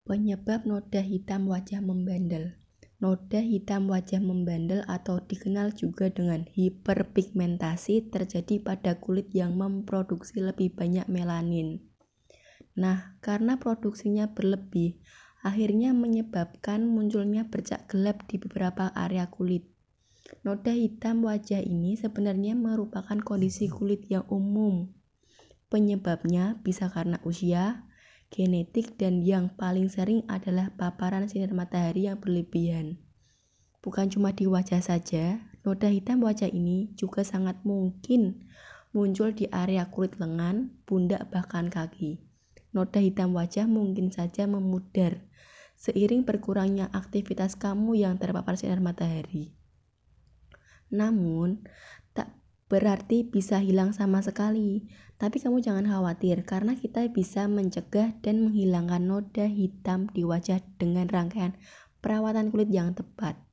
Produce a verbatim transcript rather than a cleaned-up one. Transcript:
Penyebab noda hitam wajah membandel. Noda hitam wajah membandel atau dikenal juga dengan hiperpigmentasi terjadi pada kulit yang memproduksi lebih banyak melanin. Nah, karena produksinya berlebih, akhirnya menyebabkan munculnya bercak gelap di beberapa area kulit. Noda hitam wajah ini sebenarnya merupakan kondisi kulit yang umum. Penyebabnya bisa karena usia, genetik, dan yang paling sering adalah paparan sinar matahari yang berlebihan. Bukan cuma di wajah saja, noda hitam wajah ini juga sangat mungkin muncul di area kulit lengan, pundak, bahkan kaki. Noda hitam wajah mungkin saja memudar seiring berkurangnya aktivitas kamu yang terpapar sinar matahari. Namun, tak berarti bisa hilang sama sekali. Tapi kamu jangan khawatir karena kita bisa mencegah dan menghilangkan noda hitam di wajah dengan rangkaian perawatan kulit yang tepat.